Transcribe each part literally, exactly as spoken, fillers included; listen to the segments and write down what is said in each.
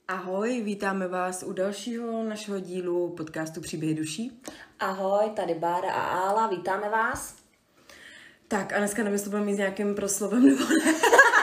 Ahoj, vítáme vás u dalšího našeho dílu podcastu Příběhy duší. Ahoj, tady Bára a Ála, vítáme vás. Tak a dneska nevím, jestli to budeme mít s nějakým proslovem nebo ne.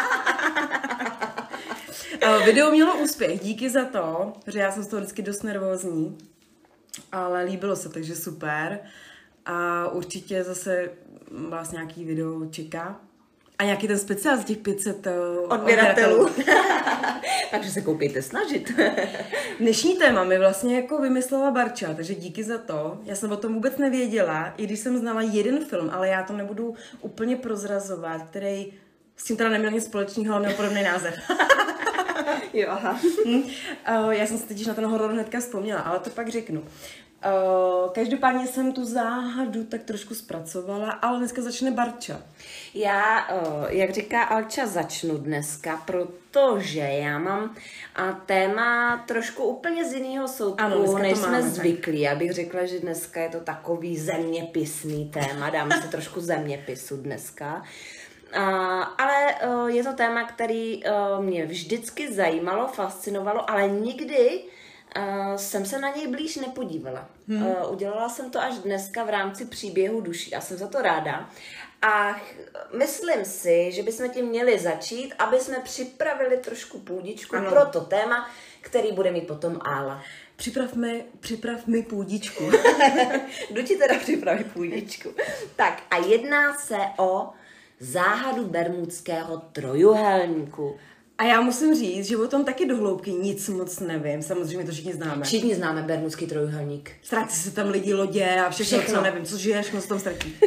Video mělo úspěch, díky za to, protože já jsem z toho vždycky dost nervózní, ale líbilo se, takže super. A určitě zase vás nějaký video čeká. A nějaký ten speciál z těch pět set odběratelů. Takže se koukejte snažit. Dnešní téma mi vlastně jako vymyslela Barča, takže díky za to. Já jsem o tom vůbec nevěděla, i když jsem znala jeden film, ale já to nebudu úplně prozrazovat, který s tím teda neměl nic společného, ale měl podobný název. Jo, aha. Já jsem si totiž na ten horor hnedka vzpomněla, ale to pak řeknu. Uh, každopádně jsem tu záhadu tak trošku zpracovala, ale dneska začne Barča. Já, uh, jak říká Alča, začnu dneska, protože já mám uh, téma trošku úplně z jiného soudku, ano, než jsme máme, zvyklí. Já bych řekla, že dneska je to takový zeměpisný téma, dáme si trošku zeměpisu dneska. Uh, ale uh, je to téma, který uh, mě vždycky zajímalo, fascinovalo, ale nikdy Uh, jsem se na něj blíž nepodívala. Hmm. Uh, udělala jsem to až dneska v rámci Příběhu duší a jsem za to ráda. A ch- myslím si, že bychom tím měli začít, aby jsme připravili trošku půdičku ano. pro to téma, který bude mít potom Ála. Připrav mi, připrav mi půdičku. Jdu ti teda připravit půdičku. Tak a jedná se o záhadu Bermudského trojuhelníku. A já musím říct, že o tom taky do hloubky nic moc nevím. Samozřejmě to všichni známe. Všichni známe Bermudský trojuhelník. Ztrácí se tam lidi, lodě a všechno, všechno. Co nevím, co žije, všechno se tam ztratí.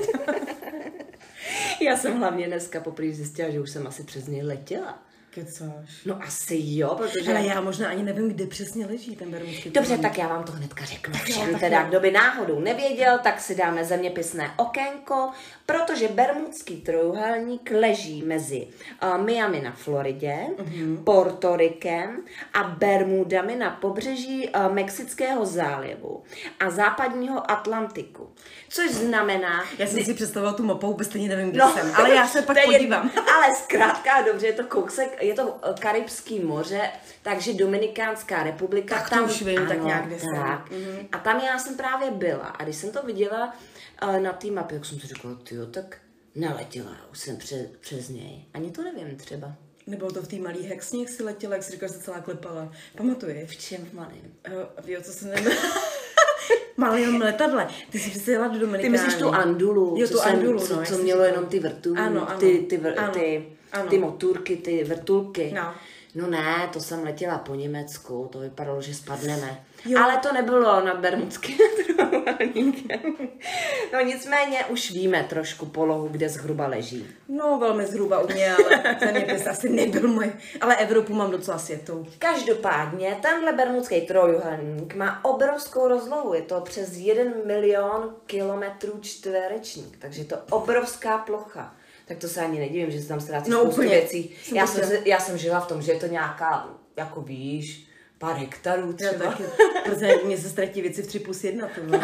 Já jsem hlavně dneska poprvé zjistila, že už jsem asi přes něj letěla. Kecáš. No asi jo, protože... Ale já možná ani nevím, kde přesně leží ten bermudský Dobře, tak já vám to hnedka řeknu. Všem teda, kdo by náhodou nevěděl, tak si dáme zeměpisné okénko, protože Bermudský trojuhelník leží mezi uh, Miami na Floridě, uh-huh. Porto Rikem a Bermudami na pobřeží uh, Mexického zálivu a západního Atlantiku. Což znamená... Já jsem si představila tu mapu, vůbec stejně nevím, kde no, jsem, ale já se pak podívám. Jedno, ale zkrátka, dobře, je to kousek, je to Karibský moře, takže Dominikánská republika. Tak to tam, už vím, ano, tak nějak kde jsem. Mm-hmm. A tam já jsem právě byla. A když jsem to viděla uh, na té mapě, tak jsem si říkala, tyjo, tak neletěla, už jsem pře- přes něj. Ani to nevím třeba. Nebo to v té malý Hexně, jak si letěla, jak si říkala, že se celá klepala. Pamatuješ? V čem v malým? Uh, jo, co se nevím. Malým letadle. Ty jsi přece jela do Dominikány. Ty myslíš tu Andulu, jo, tu co, Andulu, jsem, no, co, co mělo jenom ty vrtulky, ano, ano, ty, ty, vr, ano, ty, ano. ty motorky, ty vrtulky. No. No ne, to jsem letěla po Německu, to vypadalo, že spadneme. Jo. Ale to nebylo na Bermudském trojuhelníku. No nicméně už víme trošku polohu, kde zhruba leží. No velmi zhruba u mě, ale zeměpis asi nebyl můj. Ale Evropu mám docela světou. Každopádně tenhle Bermudský trojuhelník má obrovskou rozlohu. Je to přes jeden milion kilometrů čtverečních, takže je to obrovská plocha. Tak to se ani nedivím, že se tam ztrácí no, spoustu věcí. Já jsem, se, já jsem žila v tom, že je to nějaká, jako víš, pár hektarů třeba. Já taky, protože mě se ztratí věci v tři plus jedna.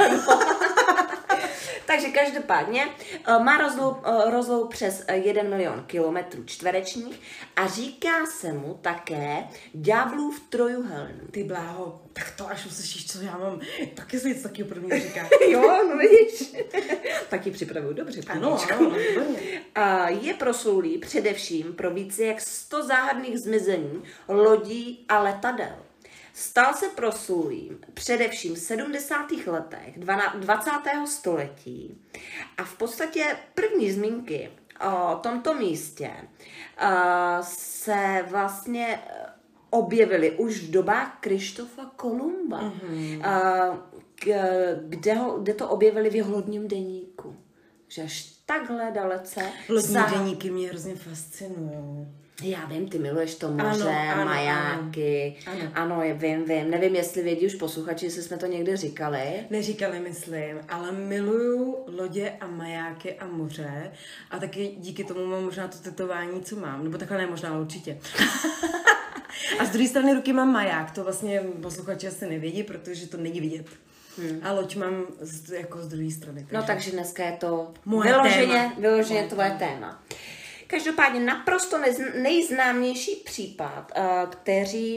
Takže každopádně uh, má rozlohu, uh, rozlohu přes jeden milion kilometrů čtverečních a říká se mu také Ďáblův trojuhelník. Ty bláho, tak to až uslyšíš, co já mám, taky se něco takového prvního říká. Jo, no vidíš. Taky připravuju dobře. Ano, ano, uh, je proslulý především pro více jak sto záhadných zmizení lodí a letadel. Stal se proslulým především v sedmdesátých letech dvacátého století a v podstatě první zmínky o tomto místě uh, se vlastně objevily už v dobách Krištofa Kolumba, mm-hmm. uh, kde, ho, kde to objevili v jeho lodním deníku. Že až takhle dalece... Lodní za... deníky mě hrozně fascinují. Já vím, ty miluješ to moře, ano, ano, majáky, ano, ano. ano, vím, vím. Nevím, jestli vědí už posluchači, jestli jsme to někdy říkali. Neříkali, myslím, ale miluju lodě a majáky a moře a taky díky tomu mám možná to tetování, co mám, nebo takhle ne, možná určitě. A z druhé strany ruky mám maják, to vlastně posluchači asi nevědí, protože to není vidět. Hmm. A loď mám z, jako z druhé strany. Takže... No takže dneska je to moje vyloženě, téma. vyloženě moje tvoje téma. téma. Každopádně naprosto nejznámější případ, který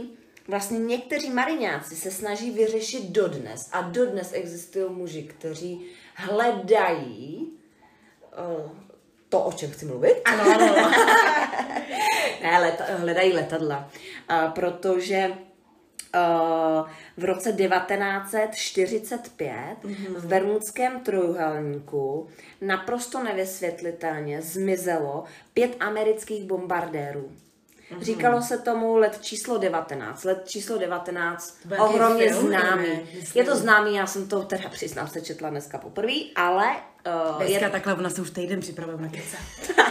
vlastně někteří mariňáci se snaží vyřešit dodnes a dodnes existují muži, kteří hledají uh, to, o čem chci mluvit. Ano, ano. ne, leta, hledají letadla, uh, protože uh, v roce devatenáct set čtyřicet pět mm-hmm. v Bermudském trojúhelníku naprosto nevysvětlitelně zmizelo pět amerických bombardérů. Mm-hmm. Říkalo se tomu let číslo devatenáct. Let číslo devatenáct, ohromně známý. Je to známý, já jsem to teda přiznám se četla dneska poprvé, ale... Uh, dneska je... takhle, ona se už týden připravuje na kece.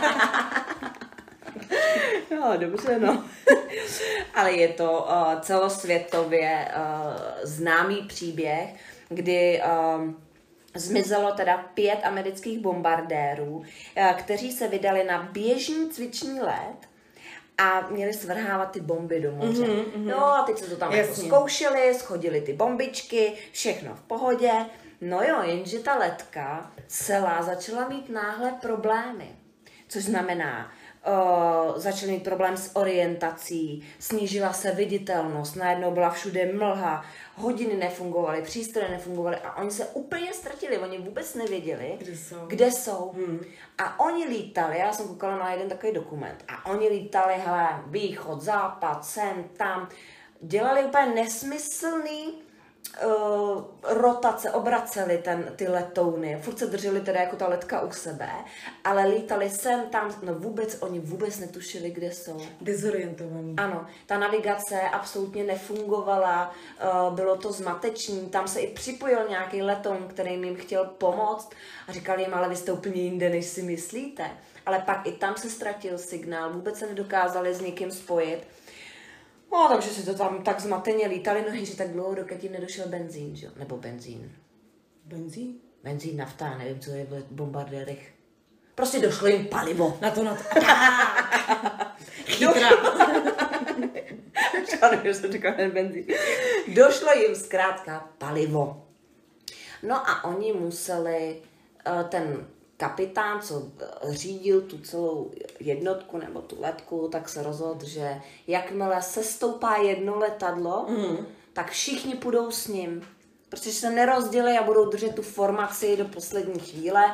No, dobře, no. Ale je to uh, celosvětově uh, známý příběh, kdy uh, zmizelo teda pět amerických bombardérů, uh, kteří se vydali na běžný cvičný let a měli svrhávat ty bomby do moře. Mm-hmm, mm-hmm. No a teď se to tam jako zkoušeli, schodili ty bombičky, všechno v pohodě. No jo, jenže ta letka celá začala mít náhle problémy. Což znamená, Uh, začali mít problém s orientací, snížila se viditelnost, najednou byla všude mlha, hodiny nefungovaly, přístroje nefungovaly a oni se úplně ztratili, oni vůbec nevěděli, kde jsou. Kde jsou. Hmm. A oni lítali, já jsem koukala na jeden takový dokument, a oni lítali, hele, východ, západ, sem, tam, dělali úplně nesmyslný Uh, rotace, obraceli ten, ty letouny, furt se drželi teda jako ta letka u sebe, ale lítali sem, tam, no vůbec, oni vůbec netušili, kde jsou. Dezorientovaní. Ano, ta navigace absolutně nefungovala, uh, bylo to zmatečný, tam se i připojil nějaký letoun, který jim chtěl pomoct a říkali jim, ale vy jste úplně jinde, než si myslíte. Ale pak i tam se ztratil signál, vůbec se nedokázali s někým spojit. No, takže si to tam tak zmateně lítali, no jenže tak dlouho, dokud jim nedošel benzín, že? Nebo benzín. Benzín? Benzín, nafta, nevím, co je v bombardérech. Prostě došlo jim palivo. Na to, na to. Chytrá. Žádný, že jsem říkala ten benzín. Došlo jim zkrátka palivo. No a oni museli, ten kapitán, co řídil tu celou jednotku nebo tu letku, tak se rozhodl, že jakmile se stoupá jedno letadlo, mm. tak všichni půjdou s ním. Protože se nerozdělí a budou držet tu formaci do poslední chvíle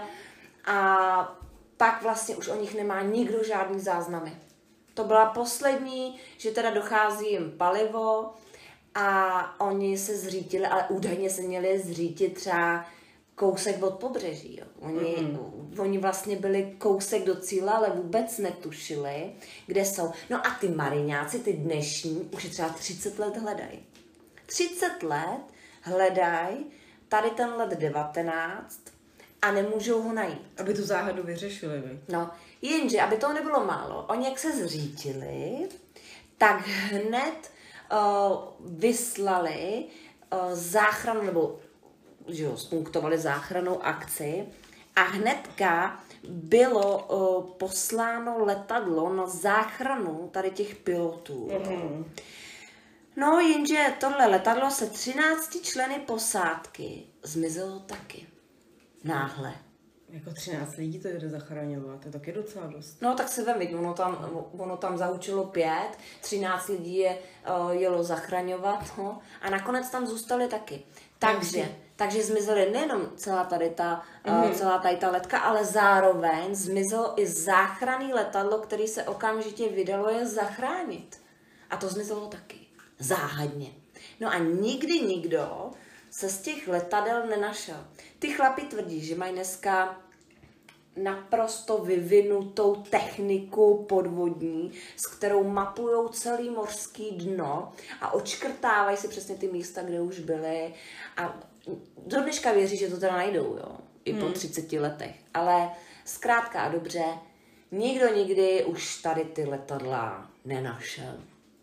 a pak vlastně už o nich nemá nikdo žádný záznamy. To byla poslední, že teda dochází jim palivo a oni se zřítili, ale údajně se měli zřítit třeba kousek od pobřeží. Jo. Oni, mm-hmm. oni vlastně byli kousek do cíle, ale vůbec netušili, kde jsou. No a ty mariňáci, ty dnešní, už je třeba třicet let hledají. třicet let hledají tady ten let devatenáct a nemůžou ho najít. Aby tu záhadu vyřešili, vy. No, jenže, aby toho nebylo málo, oni jak se zřítili, tak hned uh, vyslali uh, záchranu, nebo že jo, spunktovali záchrannou akci a hnedka bylo uh, posláno letadlo na záchranu tady těch pilotů. Mm-hmm. No, jenže tohle letadlo se třinácti členy posádky zmizelo taky. Náhle. Jako třináct lidí to jde zachraňovat, to je taky docela dost. No, tak se vem, ono tam, ono tam zahučilo pět, třináct lidí je uh, jelo zachraňovat, no, a nakonec tam zůstali taky. Takže, takže zmizely nejenom celá tady ta, mm-hmm. uh, celá tady ta letka, ale zároveň zmizelo i záchranný letadlo, který se okamžitě vydalo je zachránit. A to zmizelo taky. Záhadně. No a nikdy nikdo se z těch letadel nenašel. Ty chlapi tvrdí, že mají dneska naprosto vyvinutou techniku podvodní, s kterou mapujou celý mořský dno a odškrtávají si přesně ty místa, kde už byly. A do dneška věří, že to teda najdou, jo, i po hmm. třiceti letech. Ale zkrátka a dobře, nikdo nikdy už tady ty letadla nenašel.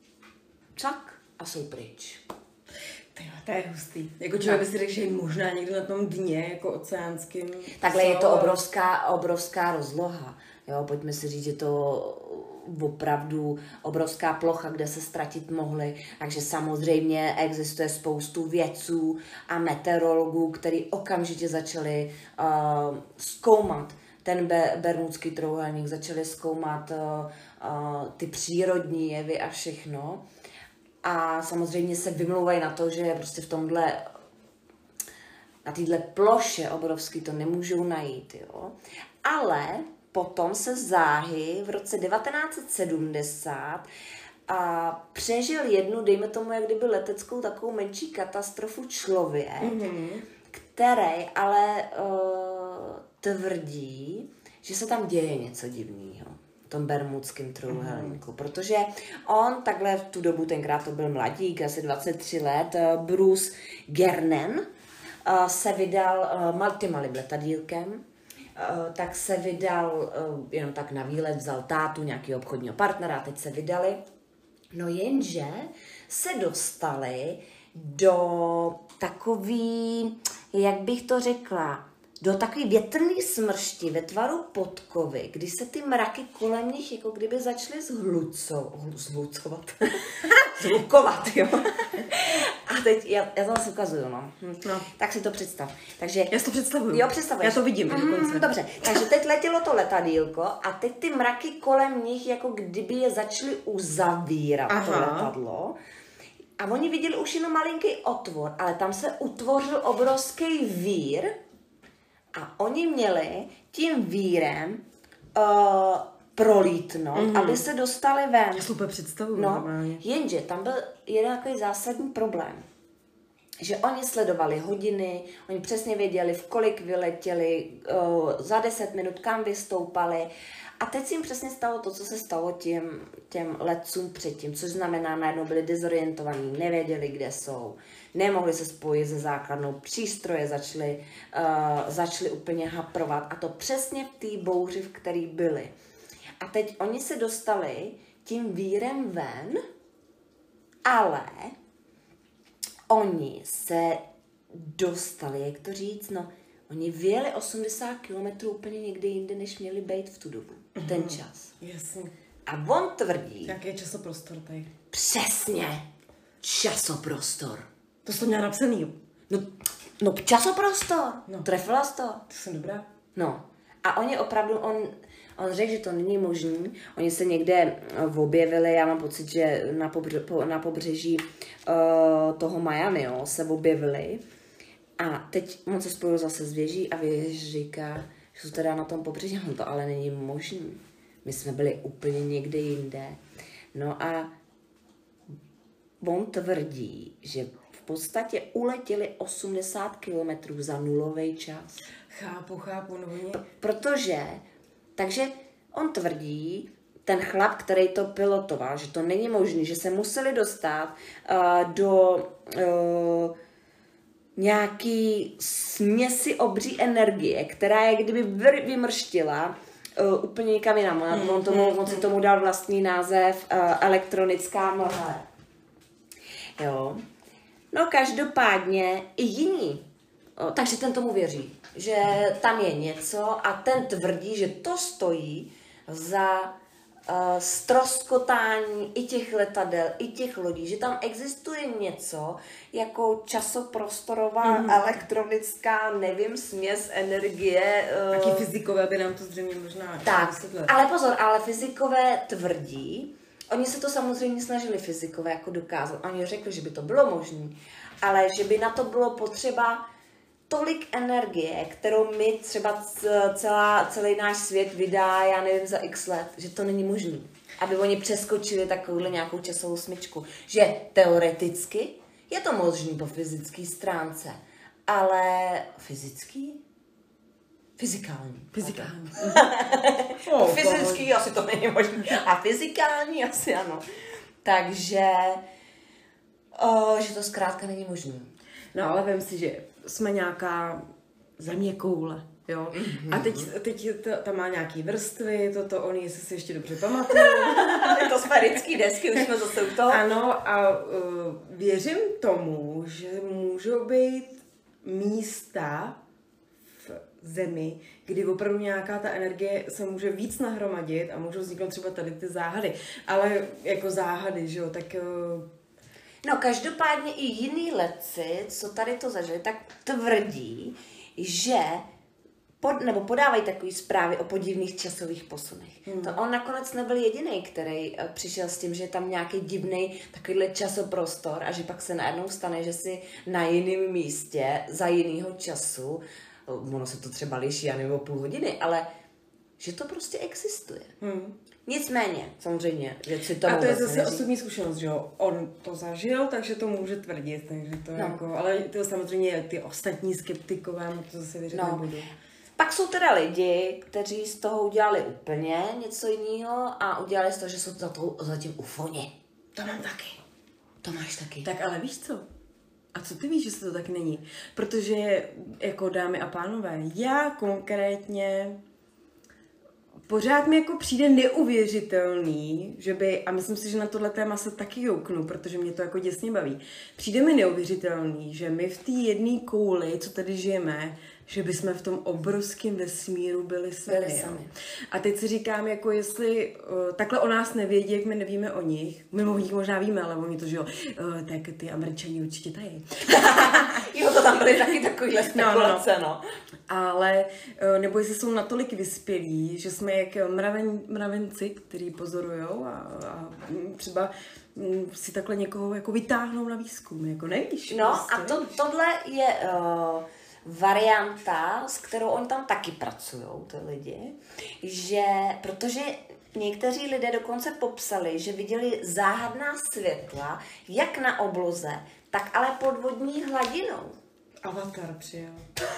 Čak a jsou pryč. Tyjo, to je hustý. Jako člověk by si řekl, že je možná někdo na tom dně, jako oceánským. Takhle je to obrovská, obrovská rozloha. Jo, pojďme si říct, že to opravdu obrovská plocha, kde se ztratit mohli. Takže samozřejmě existuje spoustu vědců a meteorologů, kteří okamžitě začali uh, zkoumat ten be- Bermudský trojúhelník, začali zkoumat uh, uh, ty přírodní jevy a všechno. a samozřejmě se vymlouvají na to, že prostě v tomhle, na téhle ploše obrovský to nemůžou najít, jo. Ale potom se záhy v roce devatenáct set sedmdesát a přežil jednu, dejme tomu, jak kdyby leteckou takovou menší katastrofu člověk, mm-hmm. který ale uh, tvrdí, že se tam děje něco divného v tom bermudském trojúhelníku, mm-hmm. protože on takhle v tu dobu, tenkrát to byl mladík, asi dvacet tři let, uh, Bruce Gernen, uh, se vydal uh, tím malým letadílkem, uh, tak se vydal uh, jenom tak na výlet, vzal tátu, nějaký obchodního partnera a teď se vydali. No jenže se dostali do takový, jak bych to řekla, do takový větrný smršti ve tvaru podkovy, kdy se ty mraky kolem nich jako kdyby začaly zhlucovat, zhlucovat, zhlukovat, jo. A teď, já, já to asi ukazuju, no. no. Tak si to představ. Takže, já si to představuju. Jo, představuješ. Já to vidím mm, dokonce. Dobře, takže teď letělo to letadýlko a teď ty mraky kolem nich jako kdyby je začaly uzavírat. Aha. To letadlo. A oni viděli už jenom malinký otvor, ale tam se utvořil obrovský vír a oni měli tím vírem uh, prolítnout, mm-hmm. aby se dostali ven. Já si úplně představuju. No, jenže tam byl jeden takový zásadní problém, že oni sledovali hodiny, oni přesně věděli, v kolik vyletěli, uh, za deset minut kam vystoupali a teď si jim přesně stalo to, co se stalo těm, těm letcům předtím, což znamená, najednou byli dezorientovaní, nevěděli, kde jsou, nemohli se spojit se základnou, přístroje začaly, uh, začaly úplně haprovat a to přesně v té bouři, v které byli. A teď oni se dostali tím vírem ven, ale oni se dostali, jak to říct, no, oni vyjeli osmdesát kilometrů úplně někde jinde, než měli být v tu dobu, v ten čas. Jasně. A on tvrdí... Jaký je časoprostor tady? Přesně. Časoprostor. To jsi to měla napsaný. No, no časoprostor. No. Trefila jsi to. To jsem dobrá. No. A oni opravdu, on... On řekl, že to není možný. Oni se někde objevili, já mám pocit, že na, pobře, na pobřeží uh, toho Miami jo, se objevili. A teď on se spojil zase s věží a věž říká, že jsou teda na tom pobřeží. No to ale není možný. My jsme byli úplně někde jinde. No a on tvrdí, že v podstatě uletěli osmdesát kilometrů za nulový čas. Chápu, chápu. No oni... P- protože... Takže on tvrdí, ten chlap, který to pilotoval, že to není možné, že se museli dostat uh, do uh, nějaký směsi obří energie, která je kdyby vymrštila uh, úplně někam jinam. Mm, on, tomu, on si tomu dal vlastní název uh, elektronická mlha. Jo. No každopádně i jiní. O, takže ten tomu věří, že tam je něco a ten tvrdí, že to stojí za uh, ztroskotání i těch letadel, i těch lodí, že tam existuje něco jako časoprostorová, mm. elektronická, nevím, směs energie. Uh... Taky fyzikové by nám to zřejmě možná... Tak, ale pozor, ale fyzikové tvrdí, oni se to samozřejmě snažili fyzikové jako dokázat, oni řekli, že by to bylo možné, ale že by na to bylo potřeba tolik energie, kterou my třeba celá, celý náš svět vydá, já nevím, za x let, že to není možné. Aby oni přeskočili takovouhle nějakou časovou smyčku. Že teoreticky je to možné po fyzické stránce, ale fyzický? Fyzikální. Fyzikální. oh, fyzický asi to není možné. A fyzikální asi ano. Takže, o, že to zkrátka není možné. No ale vem si, že jsme nějaká země koule, jo. Mm-hmm. A teď, teď to, tam má nějaký vrstvy, toto on, jestli si ještě dobře pamatuju. To sférický desky, už jsme zase u toho. Ano a uh, věřím tomu, že můžou být místa v zemi, kdy opravdu nějaká ta energie se může víc nahromadit a můžou vzniknout třeba tady ty záhady. Ale jako záhady, že jo, tak... Uh, No každopádně i jiný letci, co tady to zažili, tak tvrdí, že pod, nebo podávají takové zprávy o podivných časových posunech. Hmm. To on nakonec nebyl jediný, který uh, přišel s tím, že je tam nějaký divný takovýhle časoprostor a že pak se najednou stane, že si na jiném místě za jinýho času, ono se to třeba liší, já nevím, o půl hodiny, ale že to prostě existuje. Hmm. Nicméně, samozřejmě, že si to a to je zase neří. osobní zkušenost, že jo? On to zažil, takže to může tvrdit, takže to no. jako, ale to samozřejmě ty ostatní skeptikové, mu to zase věřit no. nebudu. Pak jsou teda lidi, kteří z toho udělali úplně něco jiného a udělali z toho, že jsou za, to, za tím ufoni. To mám taky. To máš taky. Tak ale víš co? A co ty víš, že se to tak není? Protože, jako dámy a pánové, já konkrétně pořád mi jako přijde neuvěřitelný, že by, a myslím si, že na tohle téma se taky jouknu, protože mě to jako děsně baví, přijde mi neuvěřitelný, že my v té jedné kouli, co tady žijeme, že bychom v tom obrovském vesmíru byli sami. Byli sami. A teď si říkám, jako jestli uh, takhle o nás nevědí, jak my nevíme o nich. My o nich možná víme, ale oni to, že jo, uh, tak ty Američani určitě tady. Jo, to tam byly taky takovýhle spekulace, no, no. no. Ale, uh, nebo jestli jsou natolik vyspělí, že jsme jak mraven, mravenci, který pozorujou a, a třeba um, si takhle někoho jako vytáhnou na výzkum, jako nevíš. No prostě, a to, tohle je... Uh... varianta, s kterou oni tam taky pracují, ty lidi, že, protože někteří lidé dokonce popsali, že viděli záhadná světla, jak na obloze, tak ale pod vodní hladinou. Avatar přijel.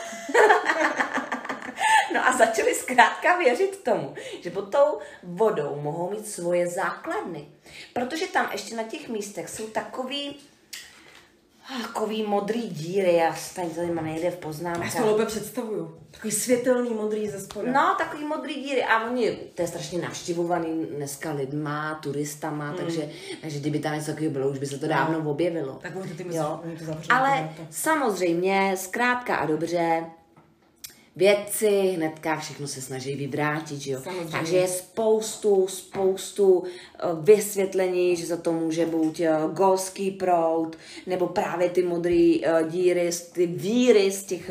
No a začali zkrátka věřit tomu, že pod tou vodou mohou mít svoje základny. Protože tam ještě na těch místech jsou takový Takový modrý díry, já se tady tady nejde v poznámkách. Já si to lépe představuju. Takový světelný modrý ze spoda. No, takový modrý díry. A oni, to je strašně navštěvovaný dneska lidma, turistama, mm. takže, takže kdyby tam něco takového bylo, už by se to dávno no. objevilo. Tak oni to, ty myslíš, oni to zavřeli. Ale samozřejmě, zkrátka a dobře, vědci hnedka všechno se snaží vyvrátit, že jo. Samozřejmě. Takže je spoustu, spoustu vysvětlení, že za to může být golský proud, nebo právě ty modré díry, ty víry z těch,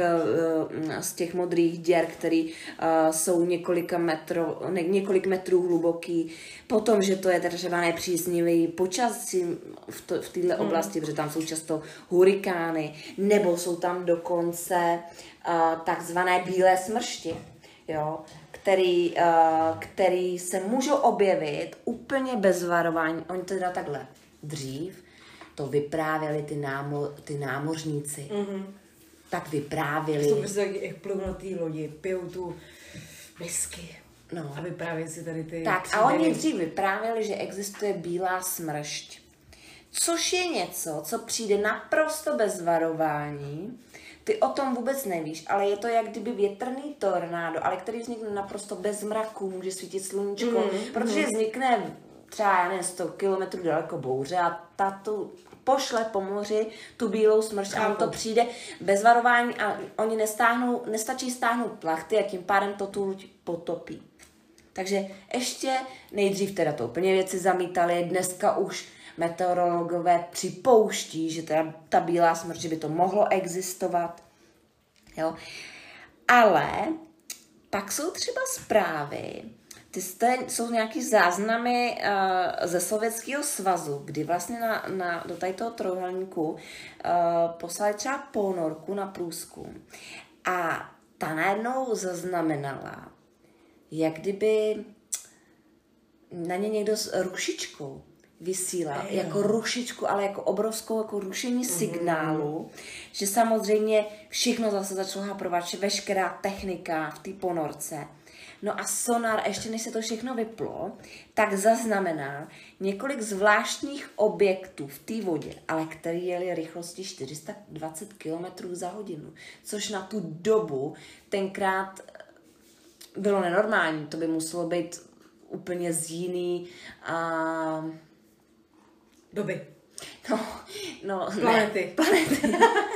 z těch modrých děr, které jsou několika metro, několik metrů hluboký. Potom, že to je třeba nepříznivý počasí v, to, v této hmm. oblasti, protože tam jsou často hurikány, nebo jsou tam dokonce Uh, takzvané bílé smršti, jo, který, uh, který se můžou objevit úplně bez varování. Oni teda takhle dřív to vyprávěli ty, námo, ty námořníci. Mm-hmm. Tak vyprávěli. Jsou prostě jak plivou na té lodi, pijou tu whisky. No. A vyprávěli si tady ty... Tak příběhy. A oni dřív vyprávěli, že existuje bílá smršť. Což je něco, co přijde naprosto bez varování. Ty o tom vůbec nevíš, ale je to jak kdyby větrný tornádo, ale který vznikne naprosto bez mraku, může svítit sluníčko, mm, protože mm. vznikne třeba, já nevím, sto kilometrů daleko bouře a ta tu pošle po moři tu bílou smršť a on to přijde bez varování a oni nestáhnou, nestačí stáhnout plachty a tím pádem to tu loď potopí. Takže ještě nejdřív teda to úplně věci zamítali, dneska už meteorologové připouští, že teda ta bílá smršť, že by to mohlo existovat. Jo. Ale pak jsou třeba zprávy, ty jste, jsou nějaký záznamy uh, ze Sovětského svazu, kdy vlastně na, na, do tady toho trojúhelníku uh, poslali třeba ponorku na průzkum. A ta najednou zaznamenala, jak kdyby na ně někdo s rušičkou vysílal, Ej, jako rušičku, ale jako obrovskou jako rušení mm-hmm. signálu, že samozřejmě všechno zase začalo haprovat, veškerá technika v té ponorce. No a sonar, ještě než se to všechno vyplo, tak zaznamenal několik zvláštních objektů v té vodě, ale který jeli rychlosti čtyři sta dvacet kilometrů za hodinu, což na tu dobu tenkrát bylo nenormální, to by muselo být úplně z jiný a... doby. No, no, planety. Ne, planety.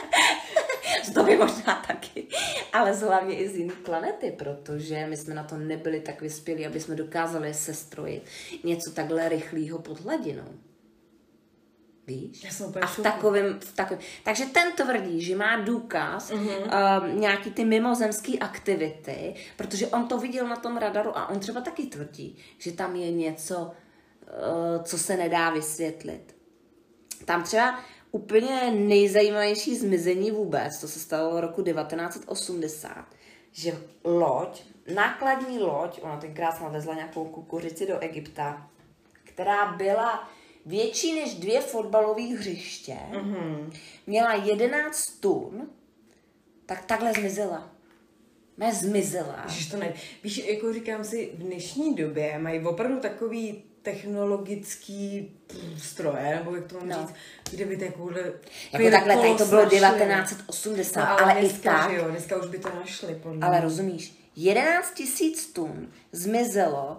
Z doby možná taky, ale hlavně i z jiné planety, protože my jsme na to nebyli tak vyspělí, aby jsme dokázali sestrojit něco takhle rychlého pod hladinou. Víš? A v takovém, v takovém. Takže ten tvrdí, že má důkaz uh-huh. um, nějaký ty mimozemský aktivity, protože on to viděl na tom radaru a on třeba taky tvrdí, že tam je něco, uh, co se nedá vysvětlit. Tam třeba úplně nejzajímavější zmizení vůbec, to se stalo roku devatenáct osmdesát, že loď, nákladní loď, ona tenkrát navezla nějakou kukuřici do Egypta, která byla větší než dvě fotbalové hřiště, mm-hmm. měla jedenáct tun, tak takhle zmizela. Mé zmizela. Ježiš, to ne. Víš, jako říkám si, v dnešní době mají opravdu takový technologický stroje, nebo jak to mám no. říct, kde by takovouhle... Jako takhle, tady to bylo devatenáct osmdesát, no, ale, ale dneska, i tak... Že jo, dneska už by to našli, podle Ale rozumíš, jedenáct tisíc tun zmizelo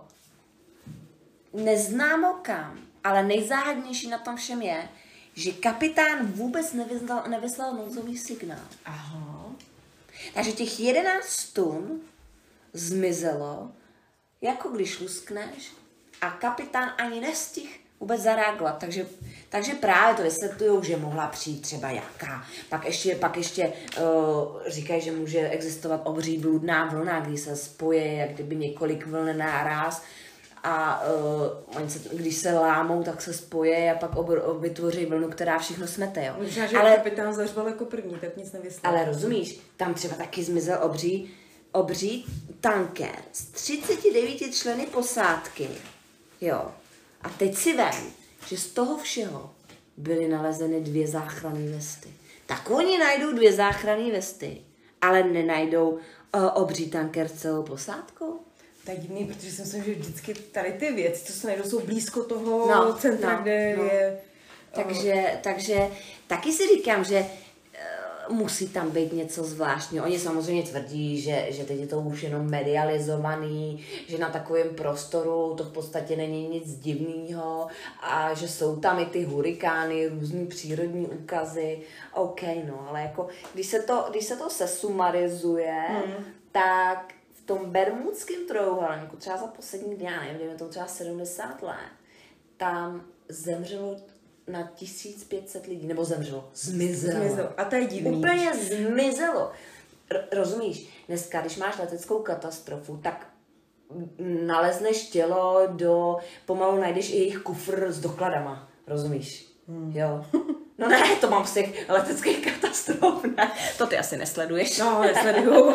neznámo kam, ale nejzáhadnější na tom všem je, že kapitán vůbec nevyslal, nevyslal nouzový signál. Aha. Takže těch jedenáct tun zmizelo, jako když luskneš, a kapitán ani nestihl vůbec zareagovat. Takže, takže právě to vysvětlujou, že mohla přijít třeba jaká. Pak ještě, pak ještě uh, říkají, že může existovat obří bludná vlna, kdy se spoje, jak kdyby několik vln naraz. A uh, oni se, když se lámou, tak se spoje a pak obr- vytvoří vlnu, která všechno smete. Jo. Možná, že ale, kapitán zařval jako první, tak nic nevyslal. Ale rozumíš, tam třeba taky zmizel obří, obří tanker s třiceti devíti členy posádky. Jo. A teď si vem, že z toho všeho byly nalezeny dvě záchranné vesty. Tak oni najdou dvě záchranné vesty, ale nenajdou uh, obří tanker s celou posádkou. To je divný, protože si myslím, že vždycky tady ty věci, co se najdou, jsou blízko toho no, centra, no, kde no. je... Takže, takže taky si říkám, že uh, musí tam být něco zvláštního. Oni samozřejmě tvrdí, že, že teď je to už jenom medializovaný, že na takovém prostoru to v podstatě není nic divného a že jsou tam i ty hurikány, různý přírodní úkazy. OK, no, ale jako, když se to, když se to sesumarizuje, hmm. tak v tom Bermudském trojúhelníku, třeba za poslední dny, já nevím, je to třeba sedmdesát let, tam zemřelo na tisíc pět set lidí, nebo zemřelo, zmizelo. zmizelo. A to je divný. Úplně zmizelo. R- rozumíš, dneska, když máš leteckou katastrofu, tak nalezneš tělo do, pomalu najdeš i jejich kufr s dokladama, rozumíš? Hmm. Jo. No ne, to mám z těch leteckých katastrof, ne. To ty asi nesleduješ. No, nesleduju.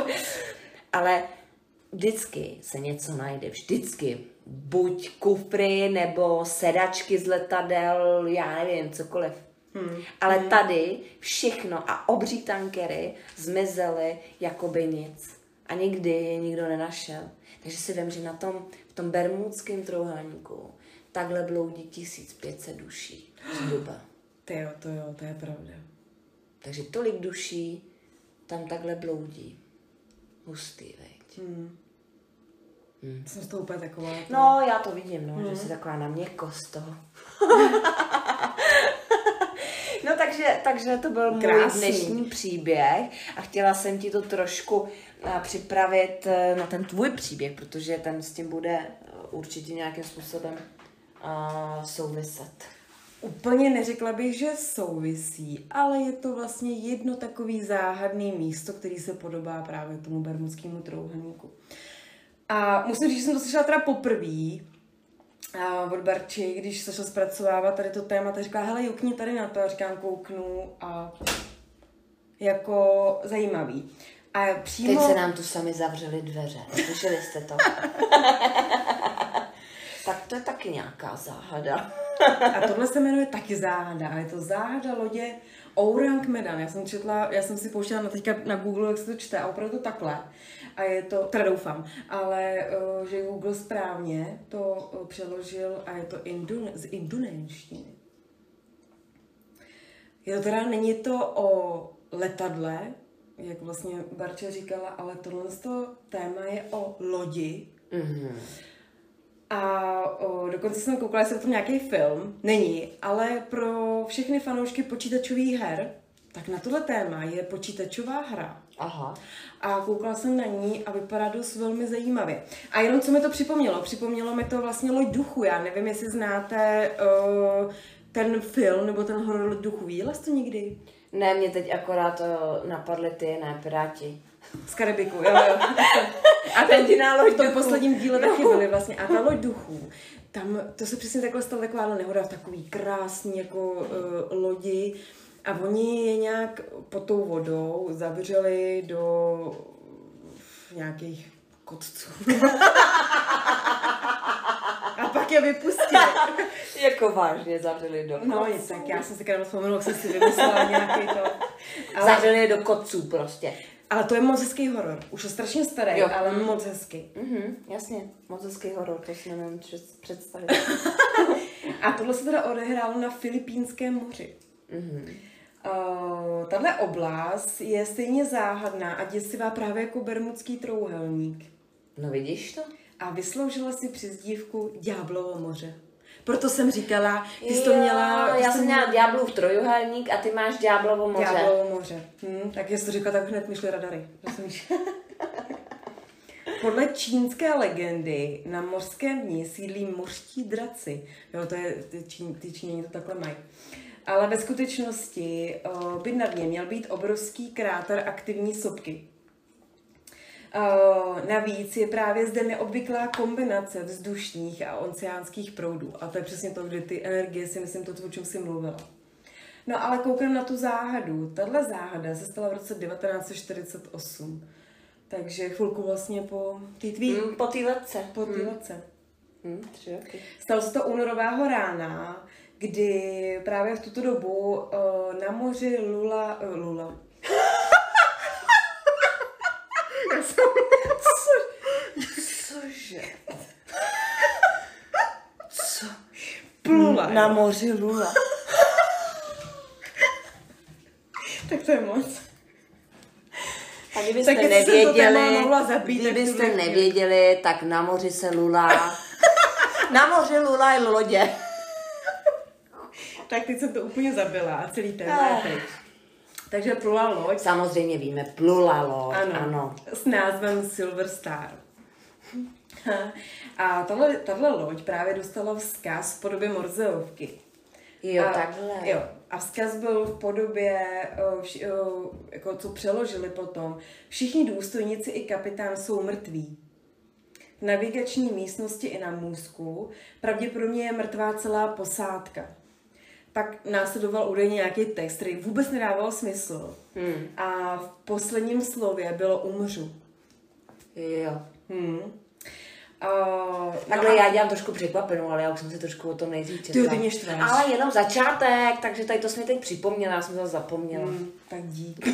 Ale vždycky se něco najde, vždycky. Buď kufry, nebo sedačky z letadel, já nevím, cokoliv. Hmm. Ale hmm. tady všechno a obří tankery zmizely jakoby nic. A nikdy je nikdo nenašel. Takže si vím, že na tom, v tom Bermudském trojúhelníku takhle bloudí tisíc pět set duší zhruba. Ty jo, to jo, to je pravda. Takže tolik duší tam takhle bloudí. Hustý, veď. Hmm. Hmm. Jsem z toho úplně taková. To... No, já to vidím, no, hmm. že jsi taková na měkkost toho. No, takže, takže to byl můj Krásný. dnešní příběh a chtěla jsem ti to trošku uh, připravit uh, na ten tvůj příběh, protože ten s tím bude uh, určitě nějakým způsobem uh, souviset. Úplně neřekla bych, že souvisí, ale je to vlastně jedno takový záhadný místo, který se podobá právě tomu Bermudskému trojúhelníku. A musím říct, že jsem to slyšela teda poprvé od Barči, když se šel zpracovávat tady to téma, tak říká, hele, jukni tady na to, a říkám, kouknu a jako zajímavý. A přímo... Teď se nám tu sami zavřely dveře, slyšeli jste to? Tak to je taky nějaká záhada. A tohle se jmenuje taky záhada, a je to záhada lodě Ourang Medan. Já jsem četla, já jsem si pouštěla na teďka na Google, jak se to čte, a opravdu takhle. A je to, teda doufám, ale uh, že Google správně to uh, přeložil a je to indone, z indonéštiny. Je to teda, není to o letadle, jak vlastně Barča říkala, ale tohle téma je o lodi. Mm-hmm. A o, dokonce jsem koukala, jestli je to nějaký film. Není, ale pro všechny fanoušky počítačových her, tak na tohle téma je počítačová hra. Aha. A koukala jsem na ní a vypadá dost velmi zajímavě. A jenom co mi to připomnělo? Připomnělo mi to vlastně Loď duchu. Já nevím, jestli znáte uh, ten film nebo ten horor duchů, viděla jsi to někdy? Ne, mě teď akorát to napadly ty, ne, Piráti. Z Karibiku, jo, jo. A ten v tom posledním díle no. taky byly vlastně. A ta loď duchů, tam, to se přesně takhle stala taková nehoda v takový krásný jako uh, lodi a oni je nějak pod tou vodou zavřeli do nějakých kotců. A pak je vypustili. Jako vážně zavřeli do kotců. No nic, tak já jsem si krát vzpomněla, jak jsem si vymyslela nějaký to. Ale... Zavřeli je do kotců prostě. Ale to je moc hezký horor. Už je strašně starý, jo. ale mm. moc hezký. Mhm, jasně, moc hezký horor, to si nemůžu představit. A tohle se teda odehrálo na Filipínském moři. Mhm. Uh, tahle oblast je stejně záhadná a děsivá právě jako Bermudský trojúhelník. No vidíš to? A vysloužila si přezdívku Ďáblovo moře. Proto jsem říkala, ty jsi to měla... Já jsem měla Ďáblův trojúhelník a ty máš Ďáblovo moře. Ďáblovo moře. Hm, tak jestli to říkala, tak hned mi šly radary. Podle čínské legendy na mořském dni sídlí mořští draci. Jo, to je, ty, Čín, ty Číňani to takhle mají. Ale ve skutečnosti uh, by na dně měl být obrovský kráter aktivní sopky. Uh, navíc je právě zde neobvyklá kombinace vzdušních a oceánských proudů. A to je přesně to, kdy ty energie, si myslím, to, o čem jsi mluvila. No ale koukám na tu záhadu. Tahle záhada se stala v roce devatenáct set čtyřicet osm. Takže chvilku vlastně po té tvý... Mm, po té letce. Po té letce. Mm, tři roky. Stalo se to únorového rána, kdy právě v tuto dobu uh, na moři Lula... Uh, Lula. Co? Cože? Co? Plula. Na moři Lula. Tak to je moc. A kdybyste tak nevěděli, zabít, kdybyste nevěděli, tak na moři se lulá. Na moři lulá i lodě. Tak teď jsem to úplně zabila a celý téma je pryč. Takže plula loď. Samozřejmě víme, plula loď, ano. ano. S názvem Silver Star. A tahle, tahle loď právě dostala vzkaz v podobě Morzeovky. Jo, a, takhle. Jo. A vzkaz byl v podobě, vši, jako co přeložili potom, všichni důstojníci i kapitán jsou mrtví. V navigační místnosti i na můstku pravděpodobně je mrtvá celá posádka. Pak následoval údajně nějaký text, který vůbec nedával smysl. Hmm. A v posledním slově bylo umřu. Jo. Hmm. Uh, Takhle no já dělám trošku překvapenou, ale já už jsem si trošku o tom nejdřív četla. Ty, ty mě štváš. Ale jenom začátek, takže tady to jsi mi teď připomněla, já jsem to zapomněla. Hmm, tak dík.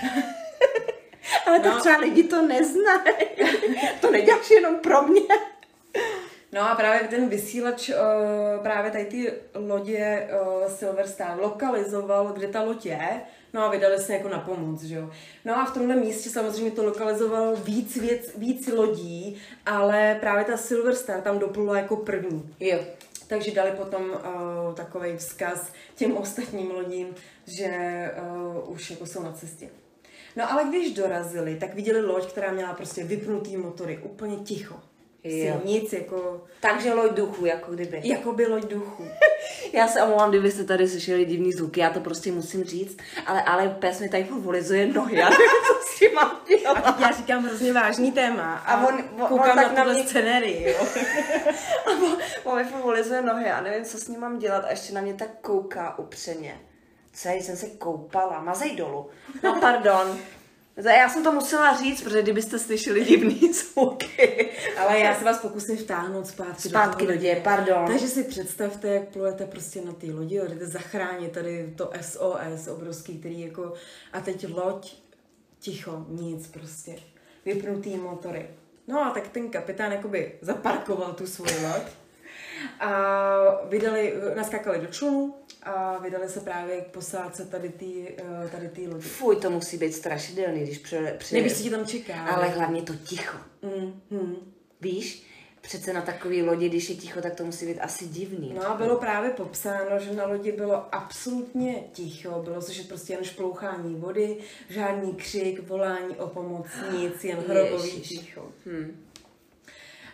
Ale no. Tak třeba lidi to neznají. To neděláš jenom pro mě. No a právě ten vysílač uh, právě tady ty lodě uh, Silver Star lokalizoval, kde ta loď je, no a vydali se jako na pomoc, že jo. No a v tomhle místě samozřejmě to lokalizoval víc, věc, víc lodí, ale právě ta Silver Star tam doplula jako první. Jo. Takže dali potom uh, takovej vzkaz těm ostatním lodím, že uh, už jako jsou na cestě. No ale když dorazili, tak viděli loď, která měla prostě vypnutý motory, úplně ticho. Jo. Nic, jako... Takže loď duchu, jako kdyby. Jako by loď duchu. Já se omlouvám, kdybyste tady slyšeli divný zvuky, já to prostě musím říct, ale, ale pes mi tady volizuje nohy, já nevím, co s tím mám dělat. A já říkám hrozně vážný téma a, a on, on, koukám on na tak tuhle mě... scenérii, jo. A on, on mi volizuje nohy, já nevím, co s ním mám dělat a ještě na mě tak kouká upřeně. Celý jsem se koupala, mazej dolů. No pardon. Já jsem to musela říct, protože kdybyste slyšeli divný zvuky. Ale já se vás pokusím vtáhnout zpátky, zpátky do lodě, pardon. Takže si představte, jak plujete prostě na té lodi, jdete zachránit tady to S O S obrovský, který jako... A teď loď, ticho, nic prostě. Vypnutý motory. No a tak ten kapitán jakoby zaparkoval tu svoji loď. A vydali, naskákali do člunu a vydali se právě k posádce tady tý, tady tý lodi. Fuj, to musí být strašidelný, když pře... pře... Nevíš, co ti tam čeká. Ale hlavně to ticho. Mm, mm. Víš, přece na takový lodi, když je ticho, tak to musí být asi divný. No a bylo právě popsáno, že na lodi bylo absolutně ticho, bylo slyšet prostě jen šplouchání vody, žádný křik, volání o pomoc, nic, jen hrobový ticho. Hmm.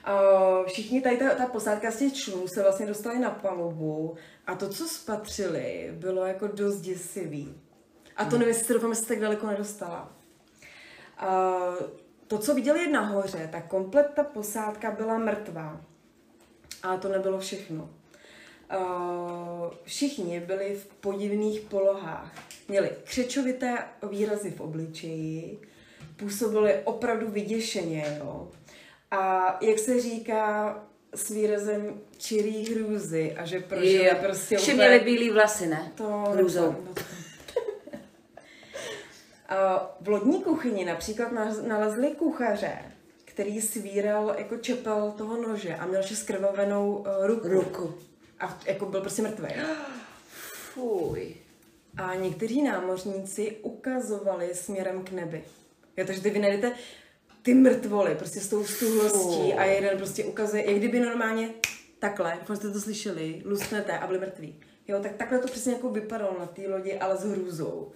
Uh, všichni tady ta, ta posádka z těch člunů se vlastně dostali na palubu a to, co spatřili, bylo jako dost děsivý. A to nevím, jestli doufám, že se tak daleko nedostala. Uh, to, co viděli nahoře, tak komplet ta posádka byla mrtvá. Ale to nebylo všechno. Uh, všichni byli v podivných polohách. Měli křečovité výrazy v obličeji, působili opravdu vyděšeně, jo. A jak se říká s výrazem čirý hrůzy a že prožili jo. prostě úplně... měli bílý vlasy, ne? To hrůzou. V lodní kuchyni například nalezli kuchaře, který svíral jako čepel toho nože a měl ještě skrvavenou uh, ruku. ruku. A jako byl prostě mrtvý. Fuj. A někteří námořníci ukazovali směrem k nebi. Jo, takže ty vy najdete ty mrtvoly, prostě s tou stuhlostí a jeden prostě ukazuje, jak kdyby normálně takhle, když jste to slyšeli, lusknete a byli mrtví. Jo, tak takhle to přesně jako vypadalo na té lodi, ale s hrůzou.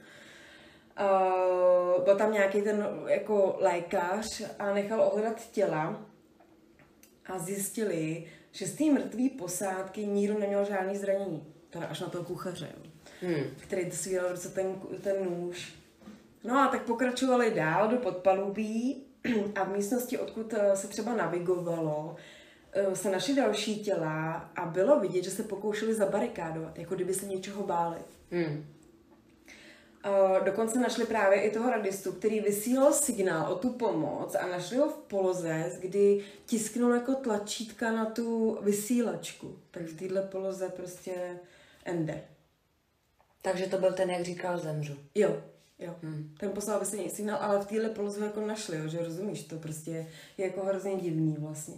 Uh, byl tam nějaký ten jako lékař a nechal ohledat těla a zjistili, že z té mrtvé posádky nikdo neměl žádný zranění. Teda až na toho kuchaře, jo, hmm. který svíral v ruce ten, ten nůž. No a tak pokračovali dál do podpalubí a v místnosti, odkud se třeba navigovalo, se našly další těla a bylo vidět, že se pokoušeli zabarikádovat, jako kdyby se něčeho báli. Hmm. Dokonce našli právě i toho radistu, který vysílal signál o tu pomoc a našli ho v poloze, kdy tisknul jako tlačítka na tu vysílačku. Tak v téhle poloze prostě ende. Takže to byl ten, jak říkal, zemřu. Jo, jo. Hmm. Ten poslal vysílání signál, ale v téhle poloze ho jako našli, jo, že rozumíš, to prostě je jako hrozně divný vlastně.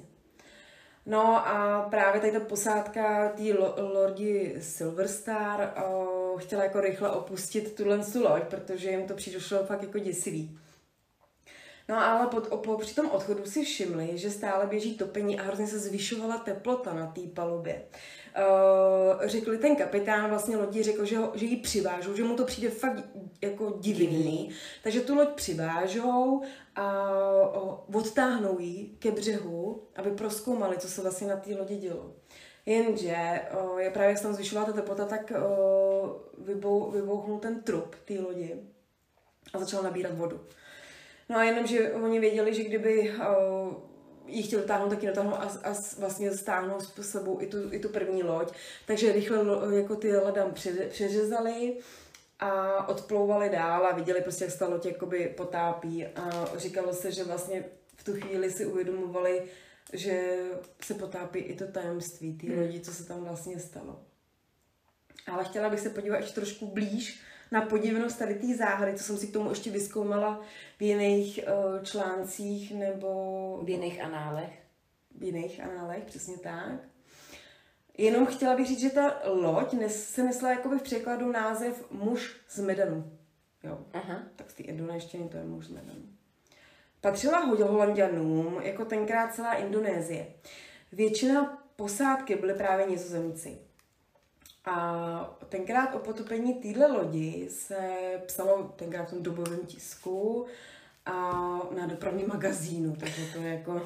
No a právě tady ta posádka té lodi Silver Star o, chtěla jako rychle opustit tuhle loď, protože jim to přišlo fakt jako děsivý. No ale pod, po, při tom odchodu si všimli, že stále běží topení a hrozně se zvyšovala teplota na té palubě. Uh, řekli ten kapitán vlastně lodi, řekl, že, ho, že ji přivážou, že mu to přijde fakt jako divný, takže tu loď přivážou a uh, odtáhnou ji ke břehu, aby prozkoumali, co se vlastně na té lodi dělo. Jenže uh, je právě, jak se tam zvyšovala ta teplota, tak uh, vybou, vybouchnul ten trup té lodi a začal nabírat vodu. No a jenom, že oni věděli, že kdyby uh, ji chtěli táhnout, tak ji dotáhnou a, a vlastně stáhnou s sebou i tu, i tu první loď. Takže rychle jako ty ledam přeřezali a odplouvali dál a viděli prostě, jak se ta loď jakoby potápí. A říkalo se, že vlastně v tu chvíli si uvědomovali, že se potápí i to tajemství té lodi, co se tam vlastně stalo. Ale chtěla bych se podívat ještě trošku blíž na podivnost tady té záhady, co jsem si k tomu ještě vyzkoumala v jiných uh, článcích nebo... V jiných análech. V jiných análech, přesně tak. Jenom chtěla bych říct, že ta loď nes, se nesla jakoby v překladu název muž z Medanu. Jo. Aha. Tak z té indonésštiny to je muž z Medanu. Patřila Holanďanům, jako tenkrát celá Indonésie. Většina posádky byly právě Nizozemci. A tenkrát o potopení téhle lodi se psalo tenkrát v tom dobovém tisku a na dopravním magazínu, takže to je jako...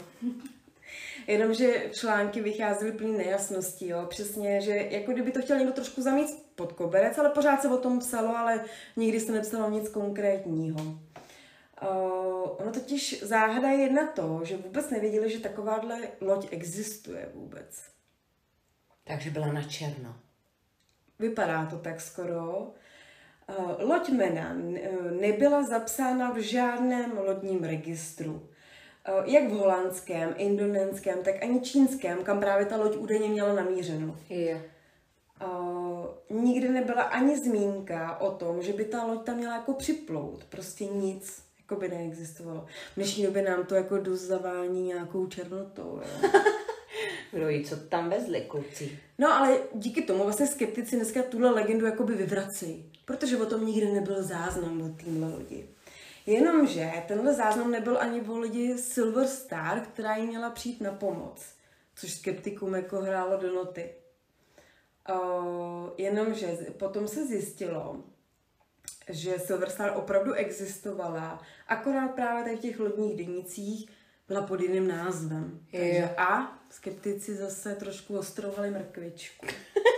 Jenomže články vycházely plný nejasností, jo, přesně, že jako kdyby to chtěl někdo trošku zamít pod koberec, ale pořád se o tom psalo, ale nikdy se nepsalo nic konkrétního. Uh, ono totiž záhada je na to, že vůbec nevěděli, že takováhle loď existuje vůbec. Takže byla na černo. Vypadá to tak skoro. Loď Menan nebyla zapsána v žádném lodním registru. Jak v holandském, indonéském, tak ani čínském, kam právě ta loď údajně měla namířeno. Yeah. Nikdy nebyla ani zmínka o tom, že by ta loď tam měla jako připlout. Prostě nic jako by neexistovalo. V dnešní době nám to jako dost zavání nějakou černotou. Kdo jí, co tam vezli, kluci? No ale díky tomu vlastně skeptici dneska tuhle legendu jakoby vyvrací, protože o tom nikdy nebyl záznam o téhle lodi. Jenomže tenhle záznam nebyl ani o lodi Silver Star, která jí měla přijít na pomoc, což skeptikům jako hrálo do noty. Uh, jenomže potom se zjistilo, že Silver Star opravdu existovala, akorát právě tady v těch lodních denících byla pod jiným názvem. Takže a skeptici zase trošku ostrovali mrkvičku.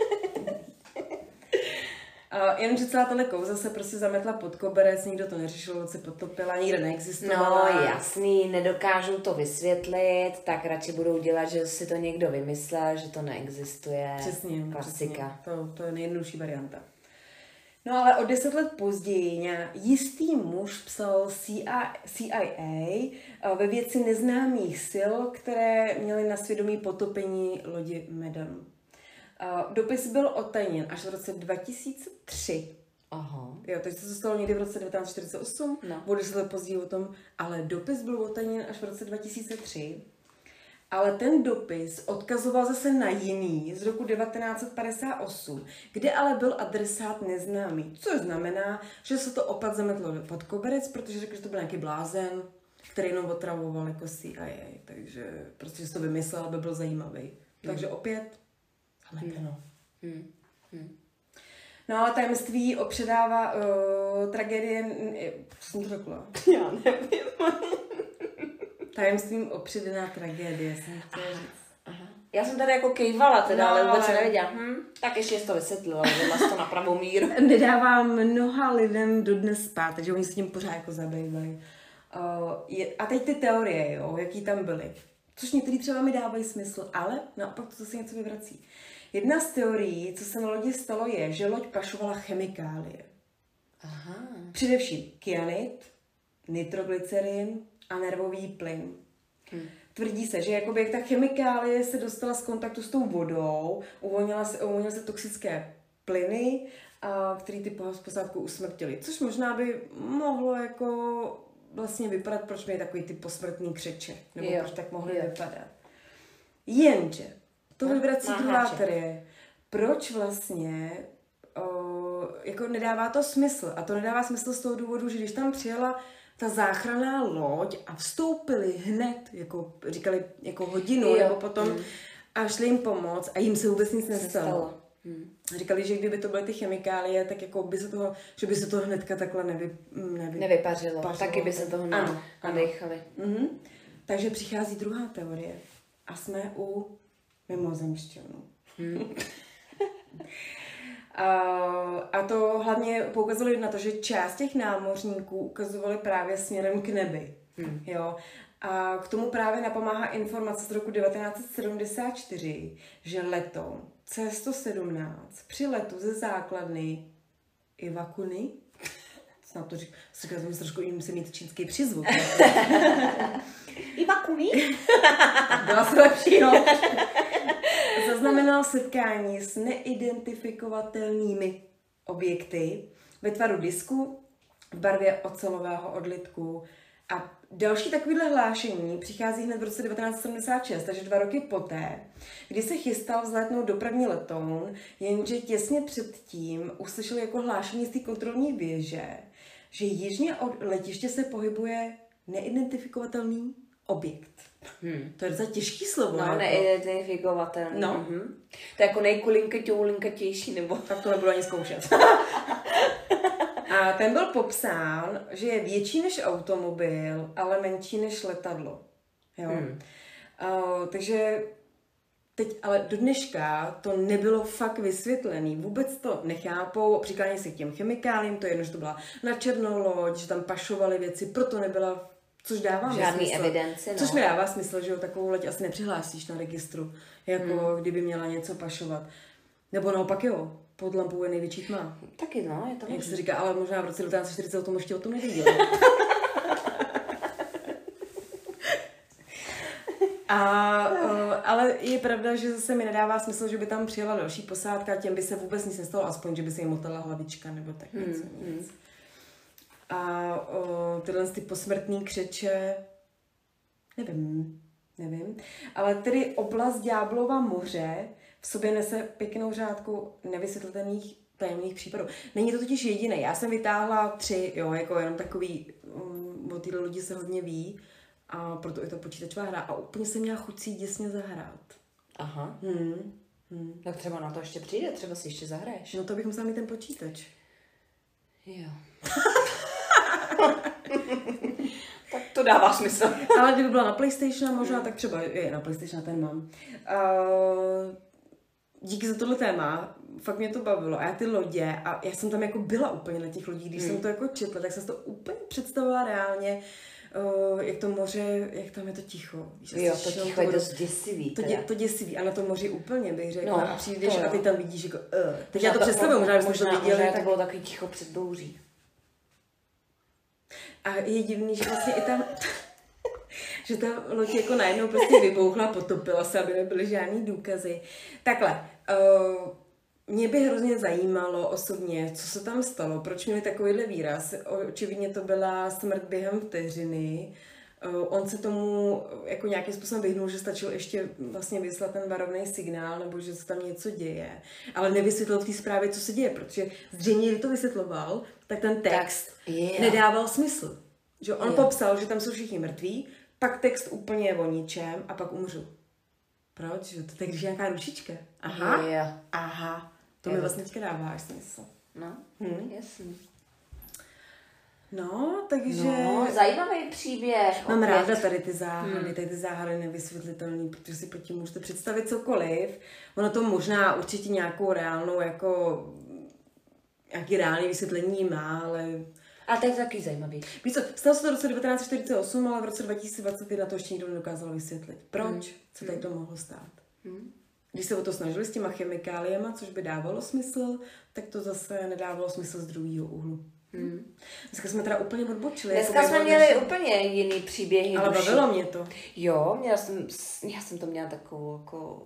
Uh, jenomže celá tahle kouza se prostě zametla pod koberec, nikdo to neřešil, loď se potopila, nikde neexistovala. No jasný, nedokážou to vysvětlit, tak radši budou dělat, že si to někdo vymyslel, že to neexistuje. Přesně, klasika. Přesně. To, to je nejjednodušší varianta. No ale o deset let později jistý muž psal C I A ve věci neznámých sil, které měly na svědomí potopení lodi Medanu. Uh, dopis byl otajněn až v roce dva tisíce tři. Aha. Jo, takže to se stalo někdy v roce devatenáct čtyřicet osm, no. Bude se to později o tom, ale dopis byl otajněn až v roce dva tisíce tři. Ale ten dopis odkazoval zase na jiný z roku devatenáct set padesát osm, kde ale byl adresát neznámý, což znamená, že se to opět zametlo pod koberec, protože řekl, že to byl nějaký blázen, který jenom otravoval jako C I A, takže prostě že to vymyslel, aby byl zajímavý. Hmm. Takže opět zameteno. Hmm. Hmm. No a tajemství opředává uh, tragédie, co jsem to řekla? Já nevím. Tajemstvím opředená tragédie, jsem chtěla říct. Aha. Já jsem tady jako kejvala teda, no, ale vůbec se ale... nevěděla. Hm, tak ještě jsi to vysvětlila, že to na pravou míru. Nedává mnoha lidem dodnes spát, takže oni s tím pořád jako zabývají. Uh, je, a teď ty teorie, jo, jaký tam byly. Což některý třeba mi dávají smysl, ale naopak to zase něco vyvrací. Jedna z teorií, co se na lodi stalo, je, že loď pašovala chemikálie. Aha. Především kyanid, nitroglycerin a nervový plyn. Hmm. Tvrdí se, že jakoby jak ta chemikálie se dostala z kontaktu s tou vodou, uvolnila se, uvolnila se toxické plyny, které ty posádku usmrtily. Což možná by mohlo jako vlastně vypadat, proč měli takový ty posmrtný křeče. Nebo jo. proč tak mohly jo. vypadat. Jenže to vyvrací druhá teorie. Proč vlastně o, jako nedává to smysl? A to nedává smysl z toho důvodu, že když tam přijela ta záchranná loď a vstoupili hned, jako říkali jako hodinu, jo. nebo potom hmm. a šli jim pomoct a jim se vůbec nic nestalo. Hmm. Říkali, že kdyby to byly ty chemikálie, tak jako by se toho, že by se to hnedka takhle nevy, nevy, nevypařilo. Pařilo. Taky by se toho nadechali. Mhm. Takže přichází druhá teorie a jsme u mimozemšťanů. Hmm. A to hlavně poukazovali na to, že část těch námořníků ukazovali právě směrem k nebi. Hmm. Jo? A k tomu právě napomáhá informace z roku devatenáct set sedmdesát čtyři, že letoun C sto sedmnáct při letu ze základny Iwakuni, snad to říkám, říkám, že trošku musím mít čínský přízvuk. Iwakuni? Byla se lepší, no. Zaznamenal setkání s neidentifikovatelnými objekty ve tvaru disku v barvě ocelového odlitku. A další takovýhle hlášení přichází hned v roce devatenáct set sedmdesát šest, takže dva roky poté, kdy se chystal vzlétnout dopravní letoun, jenže těsně předtím uslyšel jako hlášení z té kontrolní věže, že jižně od letiště se pohybuje neidentifikovatelný objekt. Hmm. To je docela těžký slovo. No, jako... neidentifikovatelný. No. Mhm. To je jako nejkulinkatější, nebo... Tak to nebudu ani zkoušet. A ten byl popsán, že je větší než automobil, ale menší než letadlo. Jo? Hmm. Uh, takže teď, ale do dneška to nebylo fakt vysvětlený. Vůbec to nechápou, přiklání se k těm chemikálím, to je jedno, že to byla na černou loď, že tam pašovali věci, proto nebyla, což dává žádný smysl. evidenci, no. Což mi dává smysl, že jo, takovou loď asi nepřihlásíš na registru, jako hmm. kdyby měla něco pašovat. Nebo naopak jo, pod lampou je největší tma. Taky no, je to Jak možná. se říká, ale možná v roce devatenáct set čtyřicet o tom ještě o tom nevěděli. A, uh, ale je pravda, že zase mi nedává smysl, že by tam přijela další posádka, těm by se vůbec nic nestalo, aspoň, že by se jim motala hlavička nebo tak hmm, něco. Hmm. A uh, tyhle ty posmrtný křeče, nevím, nevím, ale tedy oblast Ďáblova moře v sobě nese pěknou řádku nevysvětlitelných tajemných případů. Není to totiž jediný. Já jsem vytáhla tři, jo, jako jenom takový, um, o této lodi se hodně ví, a proto je to počítačová hra. A úplně jsem měla chuť si děsně zahrát. Aha. Hmm. Hmm. Tak třeba na to ještě přijde, třeba si ještě zahraješ. No to bych musela mít ten počítač. Jo. Tak to dává smysl. Ale kdyby byla na PlayStation možná, tak třeba je na PlayStation, ten mám. Uh, díky za tohle téma, fakt mě to bavilo. A já ty lodě, a já jsem tam jako byla úplně na těch lodích, když hmm. jsem to jako četla, tak jsem to úplně představovala reálně, uh, jak to moře, jak tam je to ticho. Víš, jo, to ticho je dost děsivý. To, dě, to děsivý a na to moři úplně bych řekla. No, a přijdeš to a ty tam vidíš jako, uh. Teď já to představuju, možná, možná, možná, to viděli. Možná tak... to bylo takový ticho před bouří. A je divný, že vlastně i tam, že ta loď jako najednou prostě vybouchla, potopila se, aby nebyly žádný důkazy. Takhle, uh, mě by hrozně zajímalo osobně, co se tam stalo, proč měli takovýhle výraz. Očividně to byla smrt během vteřiny. Uh, on se tomu jako nějakým způsobem vyhnul, že stačilo ještě vlastně vyslat ten varovný signál, nebo že se tam něco děje. Ale nevysvětlil v té zprávě, co se děje, protože zřejmě, když to vysvětloval, tak ten text tak, yeah. nedával smysl. Že on yeah. popsal, že tam jsou všichni mrtví, pak text úplně o ničem a pak umřu. Proč? Že to tak, když je nějaká ručička. Aha, yeah. aha. To yeah. mi vlastně teďka dává až smysl. No, hm? jasný. No, takže... No, zajímavý příběh. Mám opět. ráda tady ty záhady, hmm. tady ty záhady nevysvětlitelný, protože si pod tím můžete představit cokoliv. Ono to možná určitě nějakou reálnou, jako... nějaký reálný vysvětlení má, ale... A to je taky zajímavý. Víš co, stalo se to v roce devatenáct set čtyřicet osm, ale v roce dva tisíce dvacet jedna to ještě nikdo nedokázal vysvětlit. Proč? Hmm. Co tady to mohlo stát? Hmm. Když se o to snažili s těma chemikáliema, což by dávalo smysl, tak to zase nedávalo smysl z druhého úhlu. Hmm. Dneska jsme teda úplně odbočili. Dneska jako jsme měli naši... úplně jiný příběhy. Ale duši. Bavilo mě to. Jo, měla jsem, já jsem to měla takovou jako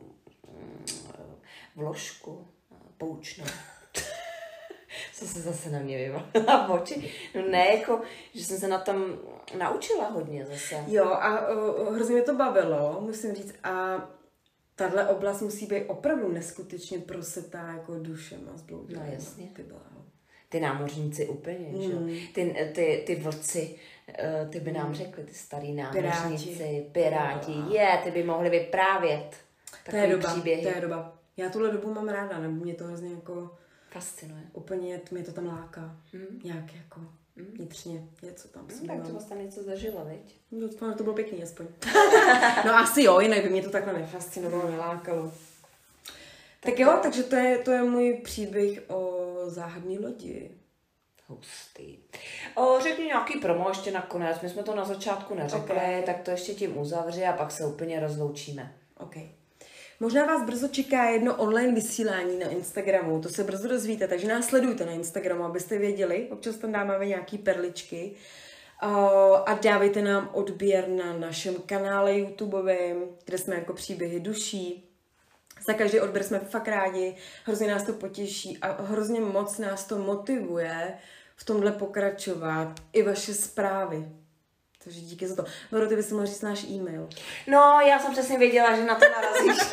vložku poučnou. Co se zase na mě vyvalila v oči. No ne, jako, že jsem se na tom naučila hodně zase. Jo, a uh, hrozně mě to bavilo, musím říct. A tahle oblast musí být opravdu neskutečně prosetá jako dušem a zbloudila. No jasně. Ty byla. Ty námořníci úplně, mm. že ty, ty, ty vlci, ty by nám řekli, ty starý námořníci, piráti, je, ty by mohli vyprávět takový to je doba, příběhy. To je doba. Já tuhle dobu mám ráda, nebo mě to hrozně jako... fascinuje. Úplně mě to tam láká. Mm. Nějak jako mm. vnitřně něco tam. Mm, tak třeba jsi tam něco zažila, viď? No, to bylo pěkný aspoň. No asi jo, jinak by mě to takhle nefascinovalo, nelákalo. Tak, tak jo, takže to je, to je můj příběh o záhadné lodi. Hustý. O, řekni nějaký promo ještě nakonec. My jsme to na začátku neřekli, okay. Tak to ještě tím uzavři a pak se úplně rozloučíme. OK. Možná vás brzo čeká jedno online vysílání na Instagramu, to se brzo dozvíte, takže nás sledujte na Instagramu, abyste věděli, občas tam dáváme nějaký perličky a dávejte nám odběr na našem kanále YouTubeovém, kde jsme jako příběhy duší. Za každý odběr jsme fakt rádi, hrozně nás to potěší a hrozně moc nás to motivuje v tomhle pokračovat, i vaše zprávy. Takže díky za to. Vero, ty bys mohla říct náš e-mail. No, já jsem přesně věděla, že na to narazíš.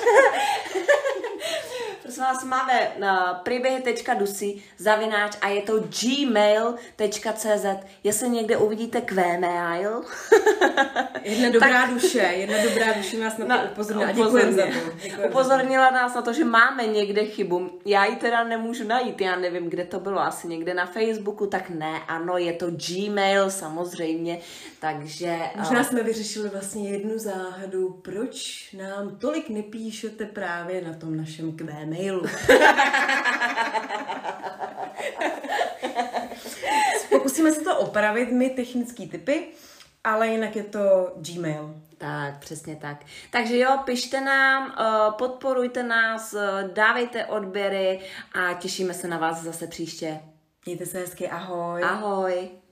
Prosím vás, máme na příběhy tečka dusy zavináč a je to gmail tečka cz. Jestli někde uvidíte Qmail. Jedna dobrá tak... duše, jedna dobrá duše nás na to upozornila. Děkujeme za to. Děkujem upozornila nás na to, že máme někde chybu. Já ji teda nemůžu najít, já nevím, kde to bylo, asi někde na Facebooku, tak ne, ano, je to Gmail samozřejmě, takže... Možná jsme vyřešili vlastně jednu záhadu, proč nám tolik nepíšete právě na tom našem Qmailu. Pokusíme se to opravit, my technický typy, ale jinak je to Gmail. Tak, přesně tak. Takže jo, pište nám, podporujte nás, dávejte odběry a těšíme se na vás zase příště. Mějte se hezky, ahoj. Ahoj.